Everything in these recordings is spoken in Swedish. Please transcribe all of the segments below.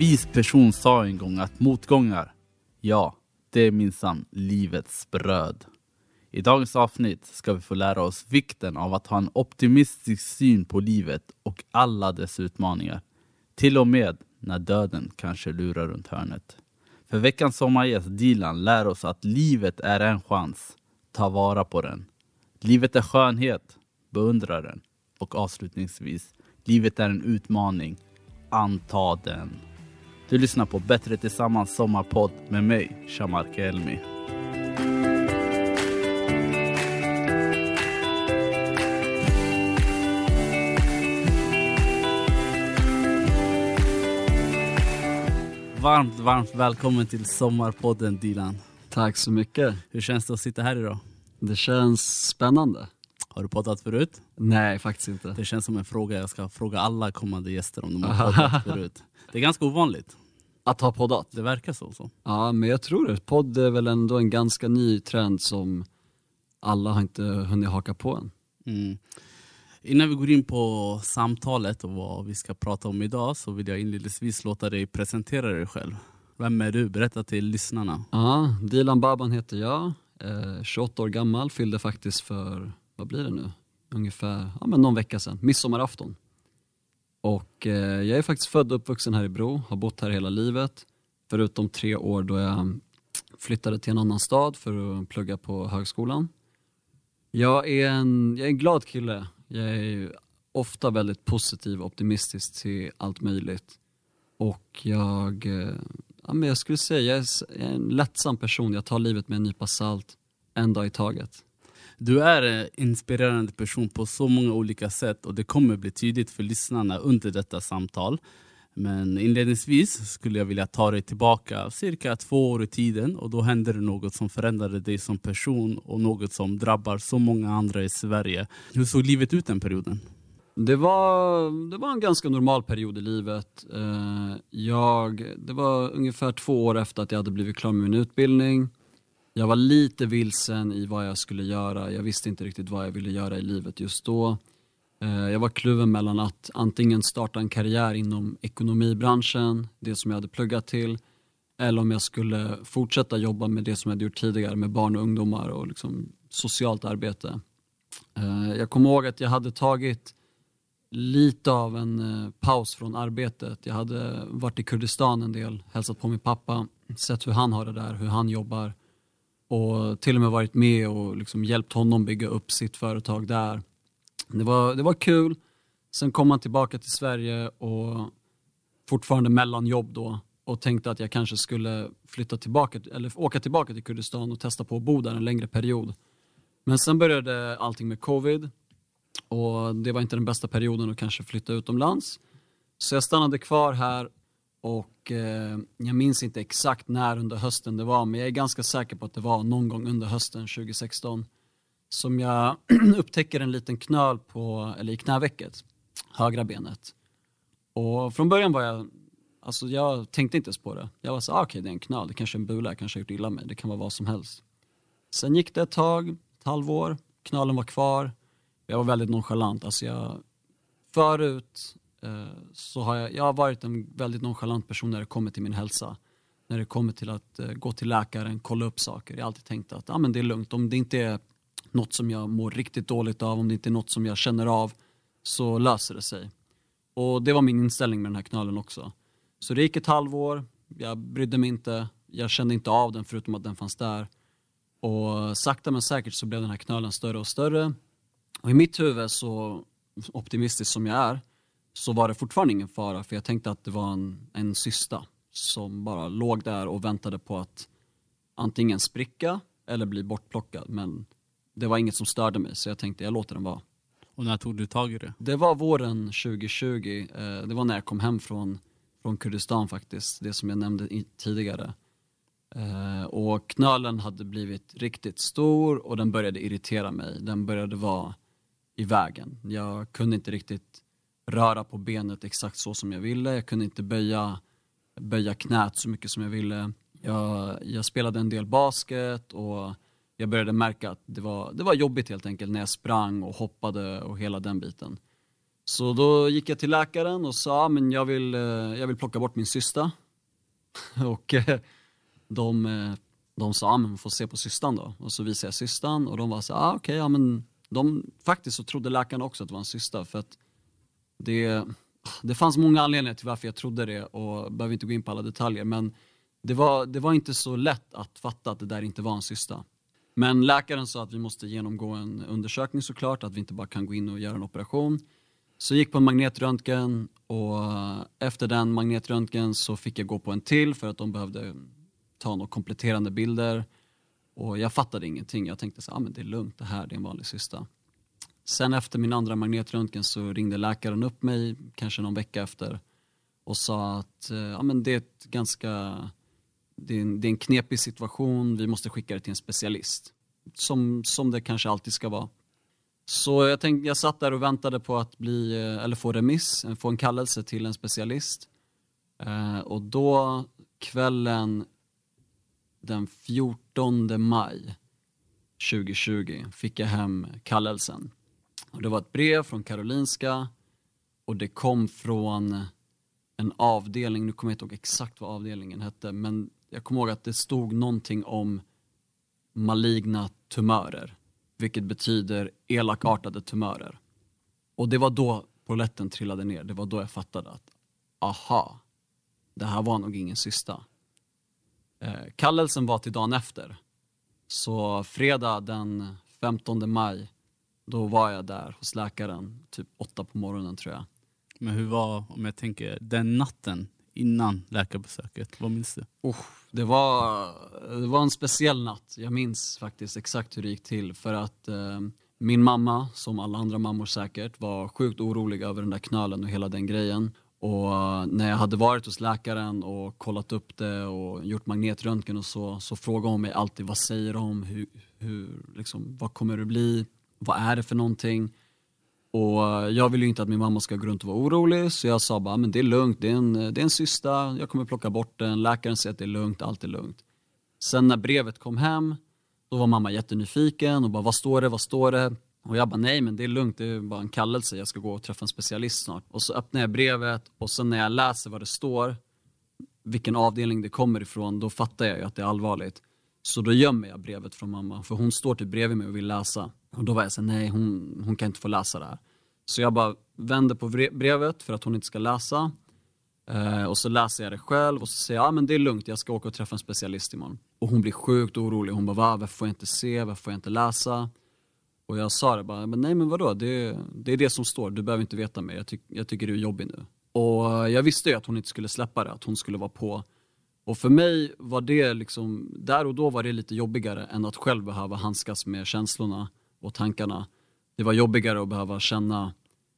vis person sa en gång att motgångar, ja, det är minsann livets bröd. I dagens avsnitt ska vi få lära oss vikten av att ha en optimistisk syn på livet och alla dess utmaningar. Till och med när döden kanske lurar runt hörnet. För veckans sommargäst Dilan lär oss att livet är en chans. Ta vara på den. Livet är skönhet. Beundra den. Och avslutningsvis, livet är en utmaning. Anta den. Du lyssnar på Bättre Tillsammans sommarpodd med mig, Shamar Kelmi. Varmt välkommen till sommarpodden, Dilan. Tack så mycket. Hur känns det att sitta här idag? Det känns spännande. Har du poddat förut? Nej, faktiskt inte. Det känns som en fråga jag ska fråga alla kommande gäster om de har poddat förut. Det är ganska ovanligt. Att ha poddat? Det verkar så. Ja, men jag tror det. Podd är väl ändå en ganska ny trend som alla har inte hunnit haka på än. Mm. Innan vi går in på samtalet och vad vi ska prata om idag så vill jag inledningsvis låta dig presentera dig själv. Vem är du? Berätta till lyssnarna. Ja, Dilan Baban heter jag. 28 år gammal. Fyllde faktiskt för, vad blir det nu? Ungefär någon vecka sedan. Midsommarafton. Och jag är faktiskt född och uppvuxen här i Bro. Har bott här hela livet. Förutom 3 år då jag flyttade till en annan stad för att plugga på högskolan. Jag är en glad kille. Jag är ofta väldigt positiv och optimistisk till allt möjligt. Och jag skulle säga jag är en lättsam person. Jag tar livet med en nypa salt en dag i taget. Du är en inspirerande person på så många olika sätt och det kommer bli tydligt för lyssnarna under detta samtal. Men inledningsvis skulle jag vilja ta dig tillbaka cirka 2 år i tiden och då hände det något som förändrade dig som person och något som drabbar så många andra i Sverige. Hur såg livet ut den perioden? Det var en ganska normal period i livet. Det var ungefär 2 år efter att jag hade blivit klar med min utbildning. Jag var lite vilsen i vad jag skulle göra. Jag visste inte riktigt vad jag ville göra i livet just då. Jag var kluven mellan att antingen starta en karriär inom ekonomibranschen, det som jag hade pluggat till, eller om jag skulle fortsätta jobba med det som jag hade gjort tidigare med barn och ungdomar och liksom socialt arbete. Jag kommer ihåg att jag hade tagit lite av en paus från arbetet. Jag hade varit i Kurdistan en del, hälsat på min pappa, sett hur han har det där, hur han jobbar och till och med varit med och liksom hjälpt honom bygga upp sitt företag där. Det var kul. Sen kom han tillbaka till Sverige och fortfarande mellan jobb då och tänkte att jag kanske skulle åka tillbaka till Kurdistan och testa på att bo där en längre period. Men sen började allting med covid och det var inte den bästa perioden att kanske flytta utomlands. Så jag stannade kvar här och jag minns inte exakt när under hösten det var, men jag är ganska säker på att det var någon gång under hösten 2016 som jag upptäcker en liten knöl i knävecket, högra benet. Och från början var jag tänkte inte ens på det. Jag var så okej, det är en knöl, det kanske är en bula, jag kanske har gjort illa mig, det kan vara vad som helst. Sen gick det ett halvår, knölen var kvar. Jag var väldigt nonchalant. Förut så har jag har varit en väldigt nonchalant person när det kommer till min hälsa. När det kommer till att gå till läkaren, kolla upp saker. Jag har alltid tänkt att men det är lugnt. Om det inte är något som jag mår riktigt dåligt av, om det inte är något som jag känner av, så löser det sig. Och det var min inställning med den här knölen också. Så det gick ett halvår, jag brydde mig inte, jag kände inte av den förutom att den fanns där. Och sakta men säkert så blev den här knölen större och större. Och i mitt huvud, så optimistisk som jag är, så var det fortfarande ingen fara. För jag tänkte att det var en cysta som bara låg där och väntade på att antingen spricka eller bli bortplockad. Men det var inget som störde mig, så jag tänkte jag låter den vara. Och när tog du tag i det? Det var våren 2020. Det var när jag kom hem från Kurdistan faktiskt. Det som jag nämnde tidigare. Och knölen hade blivit riktigt stor och den började irritera mig. Den började vara i vägen. Jag kunde inte riktigt röra på benet exakt så som jag ville. Jag kunde inte böja knät så mycket som jag ville. Jag spelade en del basket och jag började märka att det var jobbigt helt enkelt när jag sprang och hoppade och hela den biten. Så då gick jag till läkaren och sa men jag vill plocka bort min cysta. Och de sa men vi får se på cystan då. Och så visade jag cystan och de var så okej, ja men de faktiskt så trodde läkaren också att det var en cysta för att det fanns många anledningar till varför jag trodde det och behöver inte gå in på alla detaljer men det var inte så lätt att fatta att det där inte var en cysta. Men läkaren sa att vi måste genomgå en undersökning såklart, att vi inte bara kan gå in och göra en operation. Så jag gick på en magnetröntgen och efter den magnetröntgen så fick jag gå på en till för att de behövde ta några kompletterande bilder. Och jag fattade ingenting. Jag tänkte så men det är lugnt, det är en vanlig cysta. Sen efter min andra magnetröntgen så ringde läkaren upp mig kanske någon vecka efter och sa att men det är det är en knepig situation, vi måste skicka det till en specialist. Som det kanske alltid ska vara. Så jag satt där och väntade på att få remiss, få en kallelse till en specialist. Och då kvällen den 14 maj 2020 fick jag hem kallelsen. Och det var ett brev från Karolinska och det kom från en avdelning, nu kommer jag inte ihåg exakt vad avdelningen hette, men jag kommer ihåg att det stod någonting om maligna tumörer, vilket betyder elakartade tumörer. Och det var då polletten trillade ner, det var då jag fattade att det här var nog ingen cysta. Kallelsen var till dagen efter. Så fredag den 15 maj, då var jag där hos läkaren, typ 8 på morgonen tror jag. Men hur var, om jag tänker, den natten innan läkarbesöket, vad minns du? Det var en speciell natt. Jag minns faktiskt exakt hur det gick till. För att min mamma, som alla andra mammor säkert, var sjukt orolig över den där knölen och hela den grejen. Och när jag hade varit hos läkaren och kollat upp det och gjort magnetröntgen och så frågade hon mig alltid, vad säger de? Liksom, vad kommer det bli? Vad är det för någonting? Och jag vill ju inte att min mamma ska gå runt och vara orolig, så jag sa bara, men det är lugnt, det är en cysta, jag kommer plocka bort den, läkaren säger att det är lugnt, allt är lugnt. Sen när brevet kom hem, då var mamma jättenyfiken och bara, vad står det? Och jag bara, nej men det är lugnt, det är bara en kallelse, jag ska gå och träffa en specialist snart. Och så öppnar jag brevet och sen när jag läser vad det står, vilken avdelning det kommer ifrån, då fattar jag ju att det är allvarligt. Så då gömmer jag brevet från mamma, för hon står typ bredvid mig och vill läsa. Och då var jag så nej, hon kan inte få läsa det här. Så jag bara vänder på brevet för att hon inte ska läsa. Och så läser jag det själv och så säger jag, men det är lugnt, jag ska åka och träffa en specialist imorgon. Och hon blir sjukt orolig, hon bara, varför får jag inte se, varför får jag inte läsa? Och jag sa det bara, men nej men vadå, det är det som står, du behöver inte veta mer, jag tycker du är jobbig nu. Och jag visste ju att hon inte skulle släppa det, att hon skulle vara på. Och för mig var det liksom, där och då var det lite jobbigare än att själv behöva handskas med känslorna och tankarna. Det var jobbigare att behöva känna,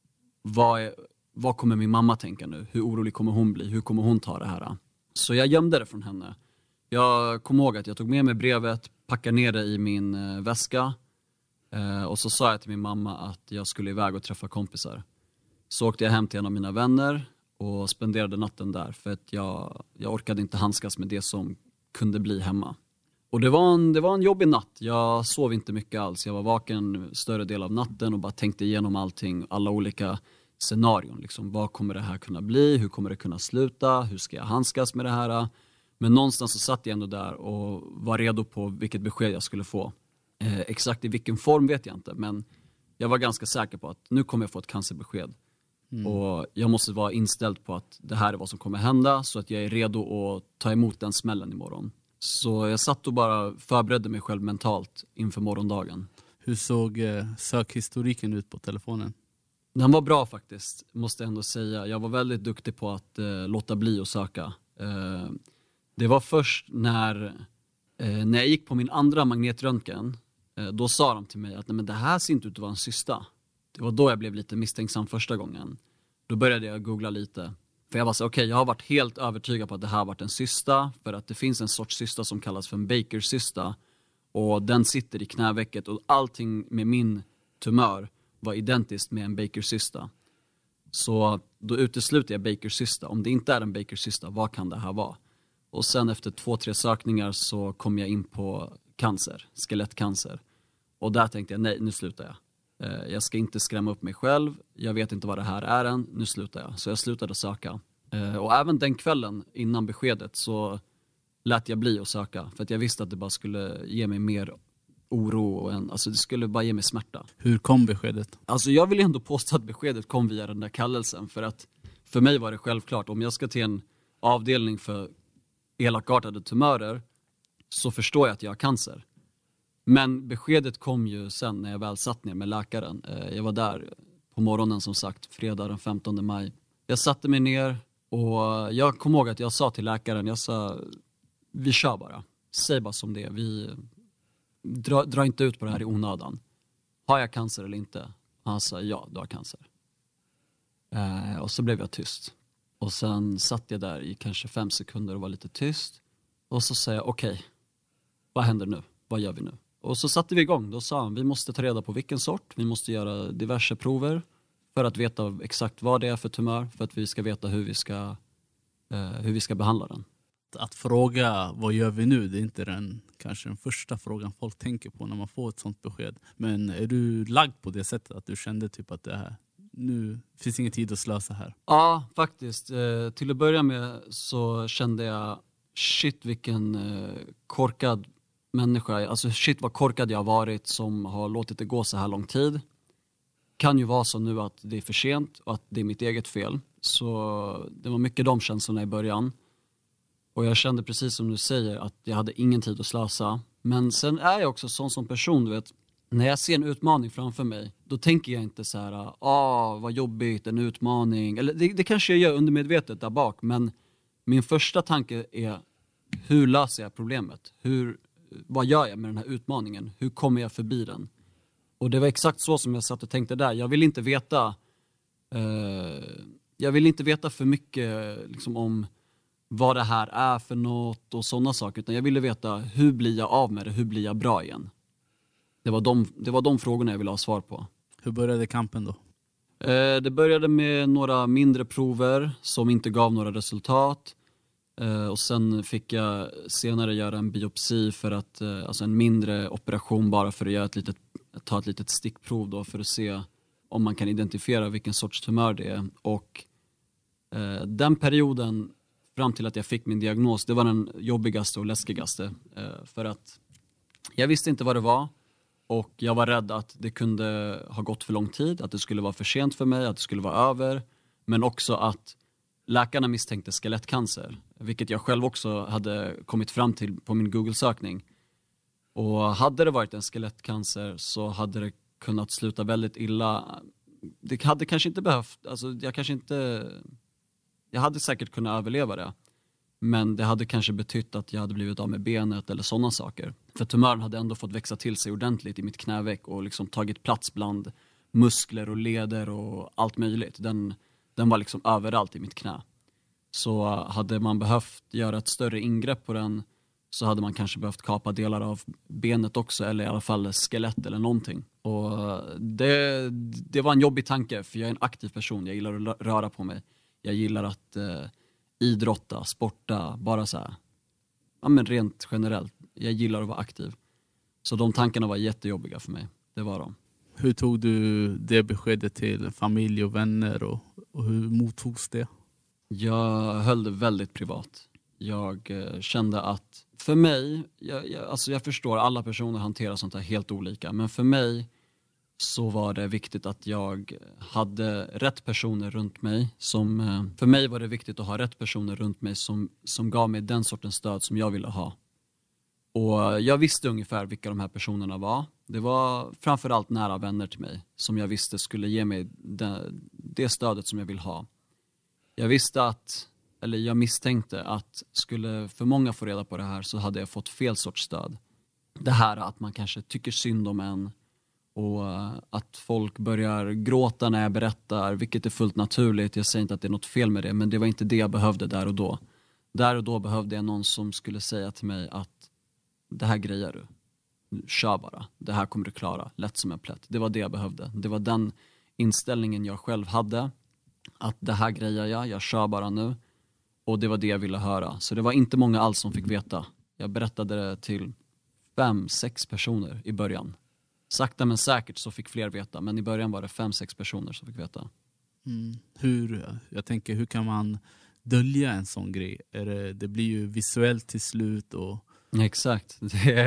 vad kommer min mamma tänka nu? Hur orolig kommer hon bli? Hur kommer hon ta det här? Så jag gömde det från henne. Jag kom ihåg att jag tog med mig brevet, packade ner det i min väska. Och så sa jag till min mamma att jag skulle iväg och träffa kompisar. Så åkte jag hem till en av mina vänner och spenderade natten där. För att jag orkade inte handskas med det som kunde bli hemma. Och det var en jobbig natt. Jag sov inte mycket alls. Jag var vaken större del av natten och bara tänkte igenom allting. Alla olika scenarion. Liksom, vad kommer det här kunna bli? Hur kommer det kunna sluta? Hur ska jag handskas med det här? Men någonstans så satt jag ändå där och var redo på vilket besked jag skulle få. Exakt i vilken form vet jag inte. Men jag var ganska säker på att nu kommer jag få ett cancerbesked. Och jag måste vara inställd på att det här är vad som kommer hända. Så att jag är redo att ta emot den smällen imorgon. Så jag satt och bara förberedde mig själv mentalt inför morgondagen. Hur såg sökhistoriken ut på telefonen? Den var bra faktiskt, måste jag ändå säga. Jag var väldigt duktig på att låta bli att söka. Det var först när jag gick på min andra magnetröntgen. Då sa de till mig att nej, men det här ser inte ut att vara en cysta. Det var då jag blev lite misstänksam första gången. Då började jag googla lite. För jag var så okej, jag har varit helt övertygad på att det här har varit en cysta. För att det finns en sorts cysta som kallas för en Baker-cysta. Och den sitter i knävecket. Och allting med min tumör var identiskt med en Baker-cysta. Så då utesluter jag Baker-cysta. Om det inte är en Baker-cysta, vad kan det här vara? Och sen efter 2-3 sökningar så kom jag in på cancer, skelettcancer. Och där tänkte jag, nej, nu slutar jag. Jag ska inte skrämma upp mig själv. Jag vet inte vad det här är än. Nu slutar jag. Så jag slutade söka. Och även den kvällen innan beskedet så lät jag bli att söka. För att jag visste att det bara skulle ge mig mer oro. Och alltså det skulle bara ge mig smärta. Hur kom beskedet? Alltså jag vill ändå påstå att beskedet kom via den där kallelsen. För att för mig var det självklart. Om jag ska till en avdelning för elakartade tumörer så förstår jag att jag har cancer. Men beskedet kom ju sen när jag väl satt ner med läkaren. Jag var där på morgonen som sagt, fredag den 15 maj. Jag satte mig ner och jag kom ihåg att jag sa till läkaren, jag sa, vi kör bara. Säg bara som det är. Vi drar inte ut på det här i onödan. Har jag cancer eller inte? Han sa, ja, du har cancer. Och så blev jag tyst. Och sen satt jag där i kanske 5 sekunder och var lite tyst. Och så sa jag, okej, vad händer nu? Vad gör vi nu? Och så satte vi igång. Då sa han, vi måste ta reda på vilken sort. Vi måste göra diverse prover för att veta exakt vad det är för tumör. För att vi ska veta hur vi ska behandla den. Att fråga vad gör vi nu, det är inte kanske den första frågan folk tänker på när man får ett sånt besked. Men är du lagd på det sättet att du kände typ att det här, nu finns ingen tid att slösa här? Ja, faktiskt. Till att börja med så kände jag, shit vilken korkad människa. Alltså shit vad korkad jag har varit som har låtit det gå så här lång tid. Kan ju vara så nu att det är för sent och att det är mitt eget fel. Så det var mycket de känslorna i början. Och jag kände precis som du säger att jag hade ingen tid att slösa. Men sen är jag också sån som person, du vet. När jag ser en utmaning framför mig, då tänker jag inte så här, vad jobbigt, en utmaning. Eller det kanske jag gör undermedvetet där bak, men min första tanke är, hur löser jag problemet? Vad gör jag med den här utmaningen? Hur kommer jag förbi den? Och det var exakt så som jag satt och tänkte där. Jag vill inte veta för mycket liksom, om vad det här är för något och sådana saker. Utan jag ville veta, hur blir jag av med det? Hur blir jag bra igen? Det var de frågorna jag ville ha svar på. Hur började kampen då? Det började med några mindre prover som inte gav några resultat. Och sen fick jag senare göra en biopsi för att, alltså en mindre operation bara för att göra ta ett litet stickprov då för att se om man kan identifiera vilken sorts tumör det är. Och den perioden fram till att jag fick min diagnos, det var den jobbigaste och läskigaste. För att jag visste inte vad det var. Och jag var rädd att det kunde ha gått för lång tid, att det skulle vara för sent för mig, att det skulle vara över. Men också att läkarna misstänkte skelettcancer, vilket jag själv också hade kommit fram till på min Google-sökning. Och hade det varit en skelettcancer så hade det kunnat sluta väldigt illa. Det hade kanske inte behövt, alltså jag hade säkert kunnat överleva det. Men det hade kanske betytt att jag hade blivit av med benet eller sådana saker. För tumören hade ändå fått växa till sig ordentligt i mitt knäveck och liksom tagit plats bland muskler och leder och allt möjligt. Den var liksom överallt i mitt knä. Så hade man behövt göra ett större ingrepp på den så hade man kanske behövt kapa delar av benet också, eller i alla fall skelett eller någonting. Och det var en jobbig tanke, för jag är en aktiv person. Jag gillar att röra på mig. Jag gillar att idrotta, sporta, bara så här. Ja, men rent generellt. Jag gillar att vara aktiv. Så de tankarna var jättejobbiga för mig. Det var de. Hur tog du det beskedet till familj och vänner och hur mottogs det? Jag höll det väldigt privat. Jag kände att för mig, jag förstår alla personer hanterar sånt här helt olika, men för mig så var det viktigt att jag hade rätt personer runt mig. För mig var det viktigt att ha rätt personer runt mig som gav mig den sortens stöd som jag ville ha. Och jag visste ungefär vilka de här personerna var. Det var framförallt nära vänner till mig som jag visste skulle ge mig det stödet som jag vill ha. Jag misstänkte att skulle för många få reda på det här så hade jag fått fel sorts stöd. Det här att man kanske tycker synd om en och att folk börjar gråta när jag berättar, vilket är fullt naturligt. Jag säger inte att det är något fel med det, men det var inte det jag behövde där och då. Där och då behövde jag någon som skulle säga till mig att det här grejer du. Kör bara. Det här kommer du klara. Lätt som en plätt. Det var det jag behövde. Det var den inställningen jag själv hade. Att det här grejer jag kör bara nu. Och det var det jag ville höra. Så det var inte många alls som fick veta. Jag berättade det till 5-6 personer i början. Sakta men säkert så fick fler veta, men i början var det 5-6 personer som fick veta. Jag tänker, hur kan man dölja en sån grej? Det blir ju visuellt till slut. Exakt,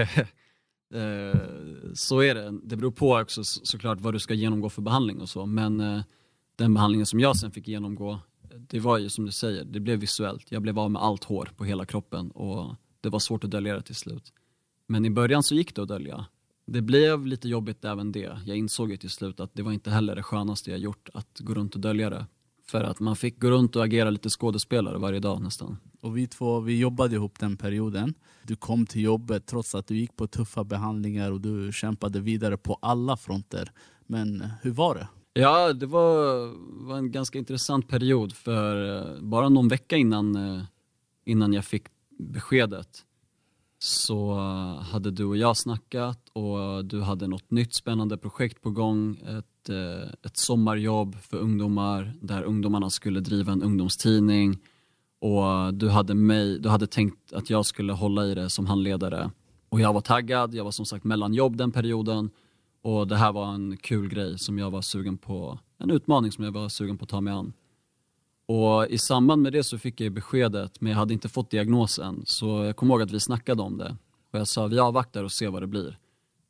så är det. Det beror på också såklart vad du ska genomgå för behandling och så. Men den behandlingen som jag sen fick genomgå, det var ju som du säger, det blev visuellt. Jag blev av med allt hår på hela kroppen och det var svårt att dölja det till slut. Men i början så gick det att dölja. Det blev lite jobbigt även det. Jag insåg ju till slut att det var inte heller det skönaste jag gjort att gå runt och dölja det. För att man fick gå runt och agera lite skådespelare varje dag nästan. Och vi jobbade ihop den perioden. Du kom till jobbet trots att du gick på tuffa behandlingar och du kämpade vidare på alla fronter. Men hur var det? Ja, det var en ganska intressant period, för bara någon vecka innan jag fick beskedet så hade du och jag snackat och du hade något nytt spännande projekt på gång, ett sommarjobb för ungdomar där ungdomarna skulle driva en ungdomstidning, och du hade tänkt att jag skulle hålla i det som handledare, och jag var taggad. Jag var som sagt mellan jobb den perioden, och det här var en kul grej som jag var sugen på, en utmaning som jag var sugen på att ta mig an. Och i samband med det så fick jag beskedet, men jag hade inte fått diagnosen, så jag kommer ihåg att vi snackade om det. Och jag sa, vi avvaktar och ser vad det blir.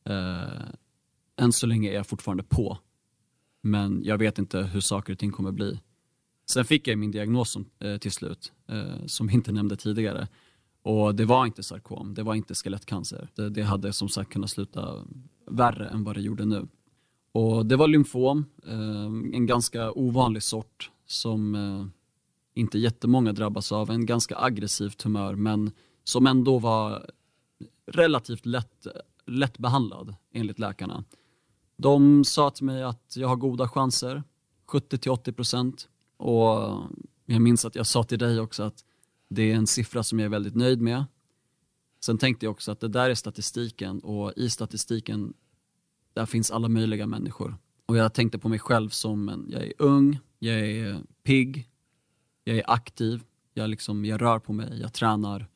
Än så länge är jag fortfarande på, men jag vet inte hur saker och ting kommer bli. Sen fick jag min diagnos till slut, som vi inte nämnde tidigare. Och det var inte sarkom, det var inte skelettcancer. Det hade som sagt kunnat sluta värre än vad det gjorde nu. Och det var lymfom, en ganska ovanlig sort som inte jättemånga drabbas av. En ganska aggressiv tumör, men som ändå var relativt lätt behandlad enligt läkarna. De sa till mig att jag har goda chanser, 70-80%. Och jag minns att jag sa till dig också att det är en siffra som jag är väldigt nöjd med. Sen tänkte jag också att det där är statistiken, och i statistiken där finns alla möjliga människor. Och jag tänkte på mig själv som jag är ung, jag är pigg, jag är aktiv, jag rör på mig, jag tränar,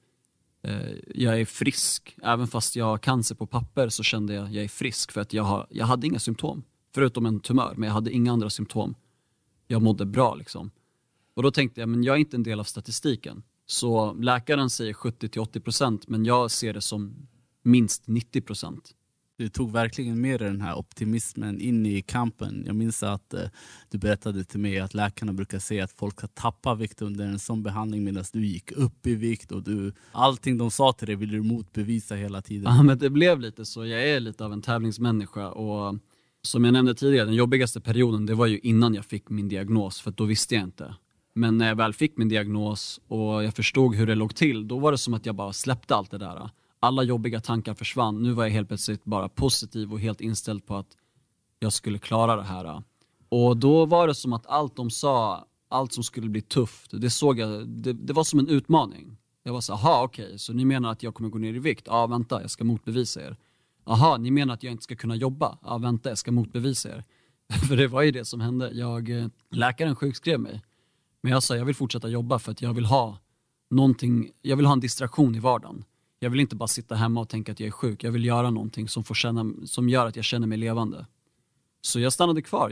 jag är frisk. Även fast jag har cancer på papper så kände jag är frisk, för att jag hade inga symptom. Förutom en tumör, men jag hade inga andra symptom. Jag mådde bra liksom. Och då tänkte jag, men jag är inte en del av statistiken. Så läkaren säger 70-80%, men jag ser det som minst 90%. Du tog verkligen med dig den här optimismen in i kampen. Jag minns att du berättade till mig att läkarna brukar säga att folk har tappat vikt under en sån behandling, medan du gick upp i vikt, och allting de sa till dig ville du motbevisa hela tiden. Ja, men det blev lite så. Jag är lite av en tävlingsmänniska, och som jag nämnde tidigare, den jobbigaste perioden, det var ju innan jag fick min diagnos, för då visste jag inte. Men när jag väl fick min diagnos och jag förstod hur det låg till, då var det som att jag bara släppte allt det där. Alla jobbiga tankar försvann. Nu var jag helt plötsligt bara positiv och helt inställd på att jag skulle klara det här. Och då var det som att allt de sa, allt som skulle bli tufft, det såg jag, det var som en utmaning. Jag var så, okej, så ni menar att jag kommer gå ner i vikt? Ja, vänta, jag ska motbevisa er. Aha, ni menar att jag inte ska kunna jobba? Ja, vänta, jag ska motbevisa er. För det var ju det som hände. Läkaren sjukskrev mig. Men jag sa, jag vill fortsätta jobba för att jag vill ha någonting, jag vill ha en distraktion i vardagen. Jag vill inte bara sitta hemma och tänka att jag är sjuk. Jag vill göra någonting som gör att jag känner mig levande. Så jag stannade kvar.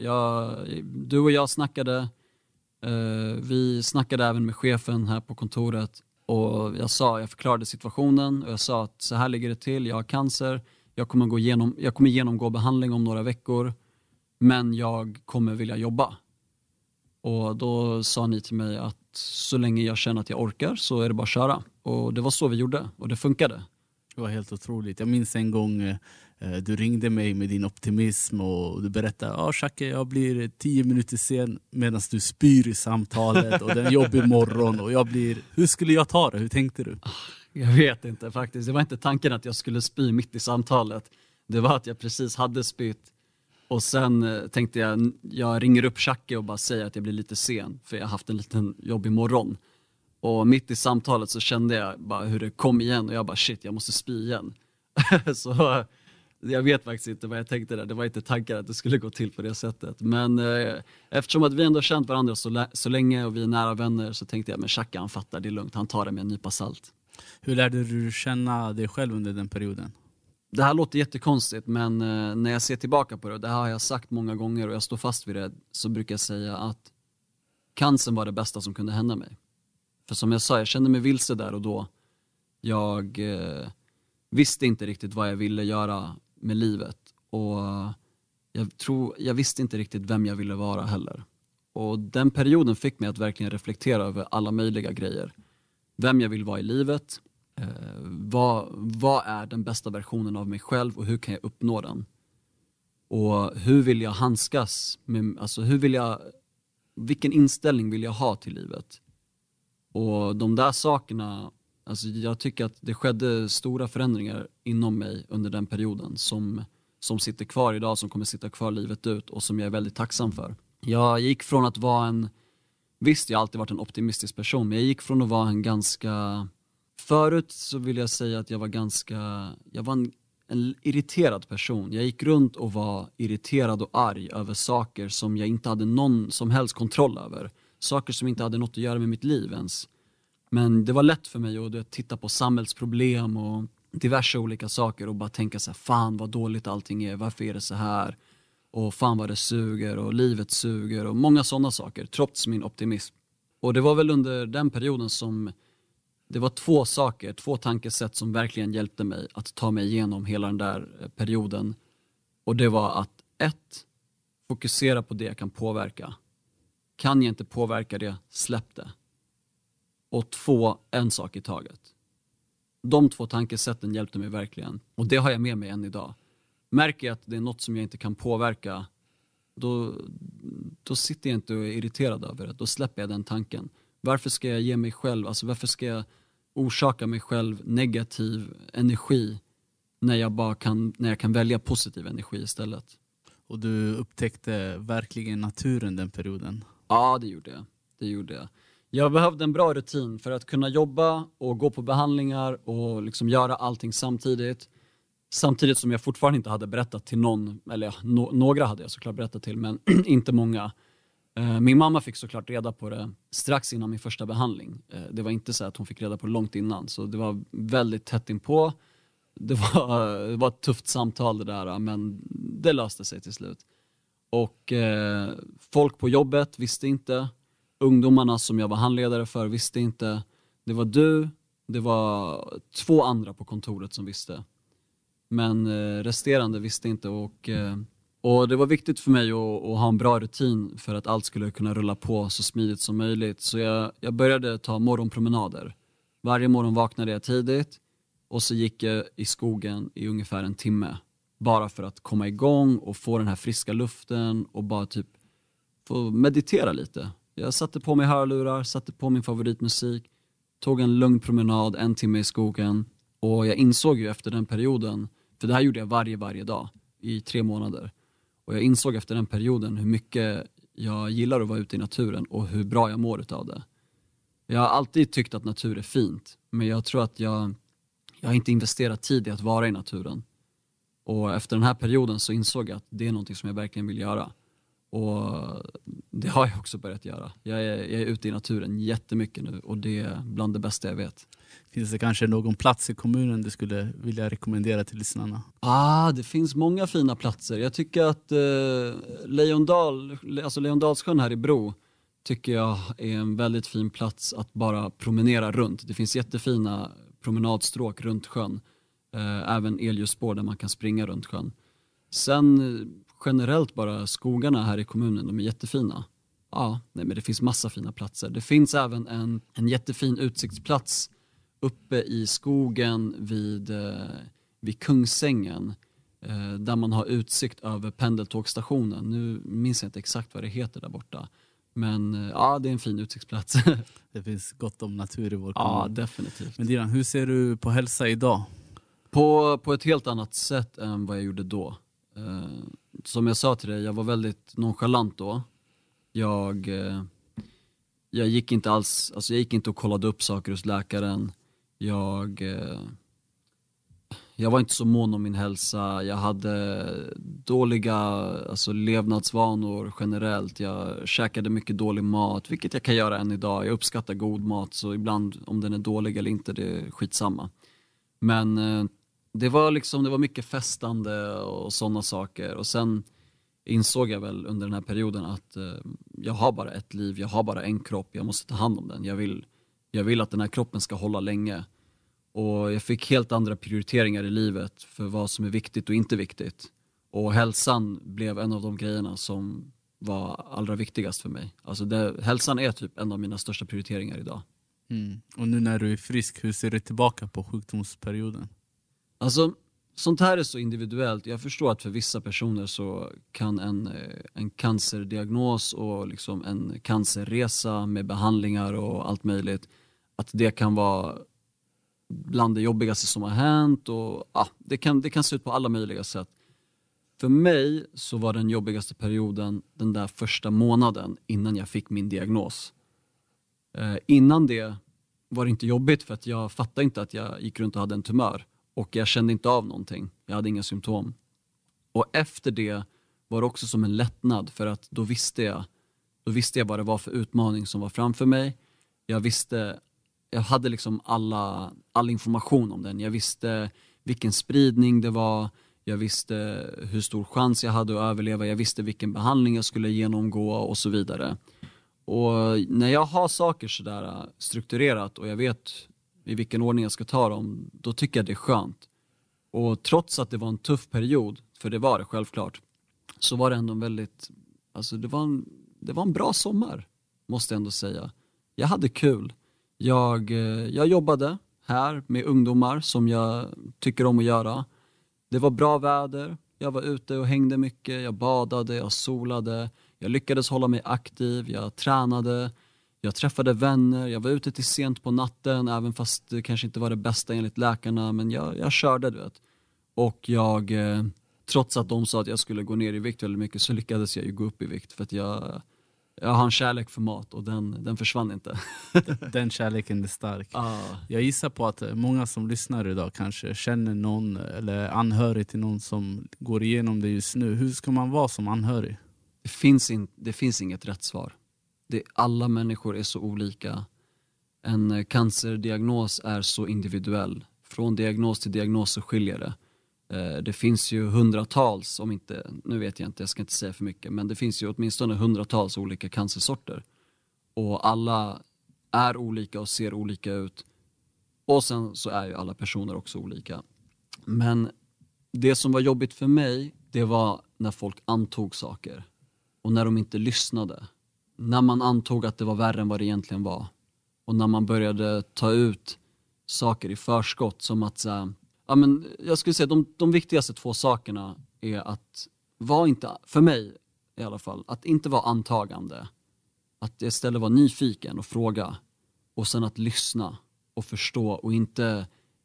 Du och jag snackade. Vi snackade även med chefen här på kontoret. Och jag förklarade situationen. Och jag sa att så här ligger det till. Jag har cancer. Jag kommer genomgå behandling om några veckor. Men jag kommer vilja jobba. Och då sa ni till mig att så länge jag känner att jag orkar så är det bara att köra. Och det var så vi gjorde, och det funkade. Det var helt otroligt. Jag minns en gång du ringde mig med din optimism och du berättade, Shake, jag blir 10 minuter sen medan du spyr i samtalet och det är en jobbig morgon och hur skulle jag ta det? Hur tänkte du? Jag vet inte faktiskt. Det var inte tanken att jag skulle spy mitt i samtalet. Det var att jag precis hade spytt. Och sen tänkte jag ringer upp Shake och bara säger att jag blir lite sen, för jag har haft en liten jobbig morgon. Och mitt i samtalet så kände jag bara hur det kom igen, och jag bara shit, jag måste spy igen. Så jag vet faktiskt inte vad jag tänkte där. Det var inte tanken att det skulle gå till på det sättet. Men eftersom att vi ändå har känt varandra så länge och vi är nära vänner, så tänkte jag, men Shake, han fattar, det är lugnt. Han tar det med en nypa salt. Hur lärde du känna dig själv under den perioden? Det här låter jättekonstigt, men när jag ser tillbaka på det, och det här har jag sagt många gånger och jag står fast vid det, så brukar jag säga att cancern var det bästa som kunde hända mig. För som jag sa, jag kände mig vilse där och då. Jag visste inte riktigt vad jag ville göra med livet. Och jag visste inte riktigt vem jag ville vara heller. Och den perioden fick mig att verkligen reflektera över alla möjliga grejer. Vem jag vill vara i livet. Vad är den bästa versionen av mig själv och hur kan jag uppnå den? Och hur vill jag handskas med, alltså vilken inställning vill jag ha till livet? Och de där sakerna, alltså jag tycker att det skedde stora förändringar inom mig under den perioden som sitter kvar idag, som kommer sitta kvar livet ut och som jag är väldigt tacksam för. Jag gick från att vara visst jag har alltid varit en optimistisk person, men jag gick från att vara en ganska, förut så vill jag säga att jag var en irriterad person. Jag gick runt och var irriterad och arg över saker som jag inte hade någon som helst kontroll över. Saker som inte hade något att göra med mitt liv ens. Men det var lätt för mig att titta på samhällsproblem och diverse olika saker och bara tänka så här: fan vad dåligt allting är, varför är det så här? Och fan vad det suger och livet suger och många sådana saker, trots min optimism. Och det var väl under den perioden som det var två tankesätt som verkligen hjälpte mig att ta mig igenom hela den där perioden. Och det var att 1. Fokusera på det jag kan påverka. Kan jag inte påverka det, släpp det. Och 2. En sak i taget. De 2 tankesätten hjälpte mig verkligen. Och det har jag med mig än idag. Märker jag att det är något som jag inte kan påverka, då sitter jag inte och är irriterad över det. Då släpper jag den tanken. Varför ska jag ge mig själv, alltså varför ska jag orsaka mig själv negativ energi när jag kan välja positiv energi istället? Och du upptäckte verkligen naturen den perioden? Ja, det gjorde jag. Jag behövde en bra rutin för att kunna jobba och gå på behandlingar och liksom göra allting samtidigt. Samtidigt som jag fortfarande inte hade berättat till någon, eller ja, några hade jag såklart berättat till, men inte många. Min mamma fick såklart reda på det strax innan min första behandling. Det var inte så att hon fick reda på det långt innan, så det var väldigt tätt inpå. Det var ett tufft samtal det där, men det löste sig till slut. Och folk på jobbet visste inte. Ungdomarna som jag var handledare för visste inte. Det var 2 andra på kontoret som visste. Men resterande visste inte och det var viktigt för mig att ha en bra rutin för att allt skulle kunna rulla på så smidigt som möjligt. Så jag började ta morgonpromenader. Varje morgon vaknade jag tidigt och så gick jag i skogen i ungefär 1 timme. Bara för att komma igång och få den här friska luften och bara typ få meditera lite. Jag satte på mig hörlurar, satte på min favoritmusik, tog en lugn promenad 1 timme i skogen och jag insåg ju efter den perioden, för det här gjorde jag varje dag i 3 månader. Och jag insåg efter den perioden hur mycket jag gillar att vara ute i naturen och hur bra jag mår utav det. Jag har alltid tyckt att natur är fint, men jag tror att jag har inte investerat tid i att vara i naturen. Och efter den här perioden så insåg jag att det är någonting som jag verkligen vill göra. Och det har jag också börjat göra. Jag är ute i naturen jättemycket nu och det är bland det bästa jag vet. Finns det kanske någon plats i kommunen du skulle vilja rekommendera till lyssnarna? Det finns många fina platser. Jag tycker att Lejondalssjön här i Bro tycker jag är en väldigt fin plats att bara promenera runt. Det finns jättefina promenadstråk runt sjön. Även elljusspår där man kan springa runt sjön. Sen generellt bara skogarna här i kommunen, de är jättefina. Men det finns massa fina platser. Det finns även en jättefin utsiktsplats uppe i skogen vid Kungsängen där man har utsikt över pendeltågstationen. Nu minns jag inte exakt vad det heter där borta. Men det är en fin utsiktsplats. Det finns gott om natur i vår kommun. Ja, definitivt. Men Dilan, hur ser du på hälsa idag? På ett helt annat sätt än vad jag gjorde då. Som jag sa till dig, jag var väldigt nonchalant då. Jag gick inte alls, alltså jag gick inte och kollade upp saker hos läkaren. Jag var inte så mån om min hälsa. Jag hade dåliga levnadsvanor generellt. Jag käkade mycket dålig mat, vilket jag kan göra än idag. Jag uppskattar god mat, så ibland om den är dålig eller inte, det är skitsamma. Men det var mycket festande och sådana saker. Och sen insåg jag väl under den här perioden att jag har bara ett liv, jag har bara en kropp, jag måste ta hand om den. Jag vill att den här kroppen ska hålla länge. Och jag fick helt andra prioriteringar i livet för vad som är viktigt och inte viktigt. Och hälsan blev en av de grejerna som var allra viktigast för mig. Alltså hälsan är typ en av mina största prioriteringar idag. Och nu när du är frisk, hur ser du tillbaka på sjukdomsperioden? Alltså, sånt här är så individuellt. Jag förstår att för vissa personer så kan en cancerdiagnos och liksom en cancerresa med behandlingar och allt möjligt, att det kan vara bland det jobbigaste som har hänt. Och det kan se ut på alla möjliga sätt. För mig så var den jobbigaste perioden den där första månaden innan jag fick min diagnos. Innan det var det inte jobbigt för att jag fattade inte att jag gick runt och hade en tumör. Och jag kände inte av någonting. Jag hade inga symptom. Och efter det var det också som en lättnad, för att då visste jag vad det var för utmaning som var framför mig. Jag hade liksom all information om den. Jag visste vilken spridning det var. Jag visste hur stor chans jag hade att överleva. Jag visste vilken behandling jag skulle genomgå och så vidare. Och när jag har saker sådär strukturerat och jag vet i vilken ordning jag ska ta dem, då tycker jag det är skönt. Och trots att det var en tuff period, för det var det självklart, så var det ändå det var en bra sommar, måste jag ändå säga. Jag hade kul. Jag jobbade här med ungdomar som jag tycker om att göra. Det var bra väder, jag var ute och hängde mycket, jag badade, jag solade, jag lyckades hålla mig aktiv, jag tränade, jag träffade vänner, jag var ute till sent på natten, även fast det kanske inte var det bästa enligt läkarna, men jag körde, du vet. Och trots att de sa att jag skulle gå ner i vikt väldigt mycket, så lyckades jag ju gå upp i vikt, för att jag har en kärlek för mat och den försvann inte. Den kärleken är stark. Jag gissar på att många som lyssnar idag kanske känner någon eller anhörig till någon som går igenom det just nu. Hur ska man vara som anhörig? Det finns inget rätt svar. Alla människor är så olika. En cancerdiagnos är så individuell. Från diagnos till diagnos så skiljer det. Det finns ju hundratals, om inte, nu vet jag inte, jag ska inte säga för mycket, men det finns ju åtminstone hundratals olika cancersorter. Och alla är olika och ser olika ut. Och sen så är ju alla personer också olika. Men det som var jobbigt för mig, det var när folk antog saker. Och när de inte lyssnade. När man antog att det var värre än vad det egentligen var. Och när man började ta ut saker i förskott, som att jag skulle säga de viktigaste 2 sakerna är att för mig i alla fall, att inte vara antagande. Att istället vara nyfiken och fråga. Och sen att lyssna och förstå och inte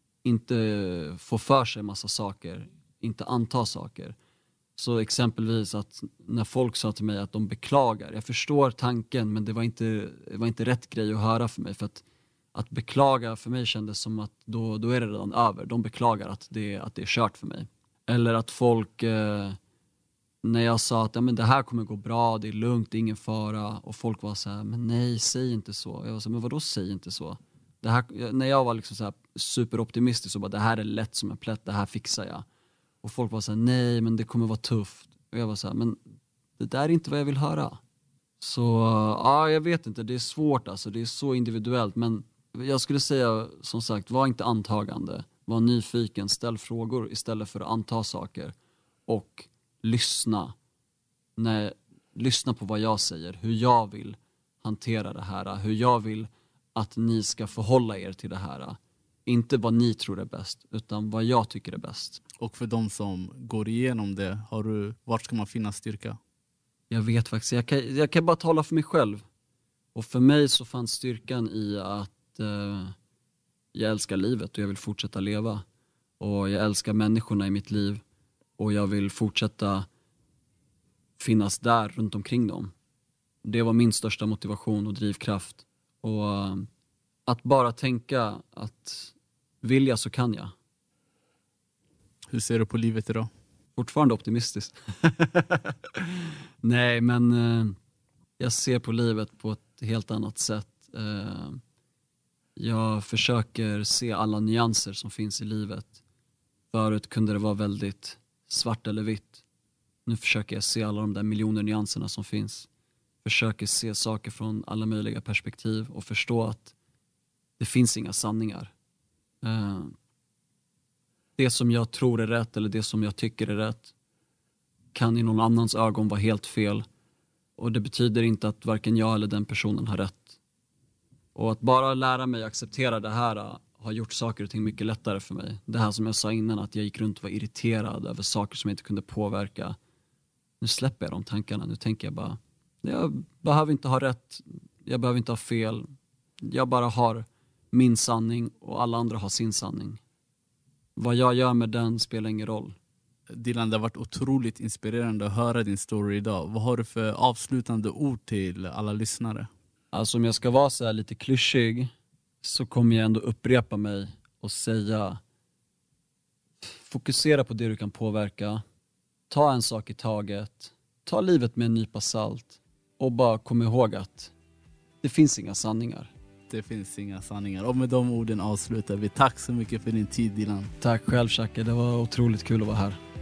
få för sig massa saker. Inte anta saker. Så exempelvis att när folk sa till mig att de beklagar, jag förstår tanken, men det var inte rätt grej att höra för mig, för att beklaga för mig kändes som att då är det redan över. De beklagar att det är kört för mig. Eller att folk, när jag sa att det här kommer gå bra, det är lugnt, det är ingen fara, och folk var så här: men nej, säg inte så. Jag var så här: men vadå säg inte så? När jag var liksom så här superoptimistisk så bara, det här är lätt som en plätt, det här fixar jag. Och folk var så här: nej, men det kommer vara tufft. Och jag var så här: men det där är inte vad jag vill höra. Så jag vet inte, det är svårt alltså, det är så individuellt. Men jag skulle säga, som sagt, var inte antagande. Var nyfiken, ställ frågor istället för att anta saker. Och lyssna. Lyssna på vad jag säger, hur jag vill hantera det här. Hur jag vill att ni ska förhålla er till det här. Inte vad ni tror är bäst, utan vad jag tycker är bäst. Och för de som går igenom det, vart ska man finna styrka? Jag vet faktiskt, jag kan bara tala för mig själv. Och för mig så fanns styrkan i att jag älskar livet och jag vill fortsätta leva. Och jag älskar människorna i mitt liv. Och jag vill fortsätta finnas där runt omkring dem. Det var min största motivation och drivkraft. Och att bara tänka att vill jag så kan jag. Hur ser du på livet idag? Fortfarande optimistiskt. Nej, men jag ser på livet på ett helt annat sätt. Jag försöker se alla nyanser som finns i livet. Förut kunde det vara väldigt svart eller vitt. Nu försöker jag se alla de där miljoner nyanserna som finns. Försöker se saker från alla möjliga perspektiv och förstå att det finns inga sanningar. Det som jag tror är rätt eller det som jag tycker är rätt kan i någon annans ögon vara helt fel. Och det betyder inte att varken jag eller den personen har rätt. Och att bara lära mig acceptera det här har gjort saker och ting mycket lättare för mig. Det här som jag sa innan, att jag gick runt och var irriterad över saker som jag inte kunde påverka. Nu släpper jag de tankarna. Nu tänker jag bara, jag behöver inte ha rätt. Jag behöver inte ha fel. Jag bara har min sanning och alla andra har sin sanning. Vad jag gör med den spelar ingen roll. Dilan, det har varit otroligt inspirerande att höra din story idag. Vad har du för avslutande ord till alla lyssnare? Alltså om jag ska vara så här lite klyschig så kommer jag ändå upprepa mig och säga: fokusera på det du kan påverka. Ta en sak i taget. Ta livet med en nypa salt. Och bara kom ihåg att det finns inga sanningar. Det finns inga sanningar. Och med de orden avslutar vi. Tack så mycket för din tid, Dilan. Tack själv, Shaka. Det var otroligt kul att vara här.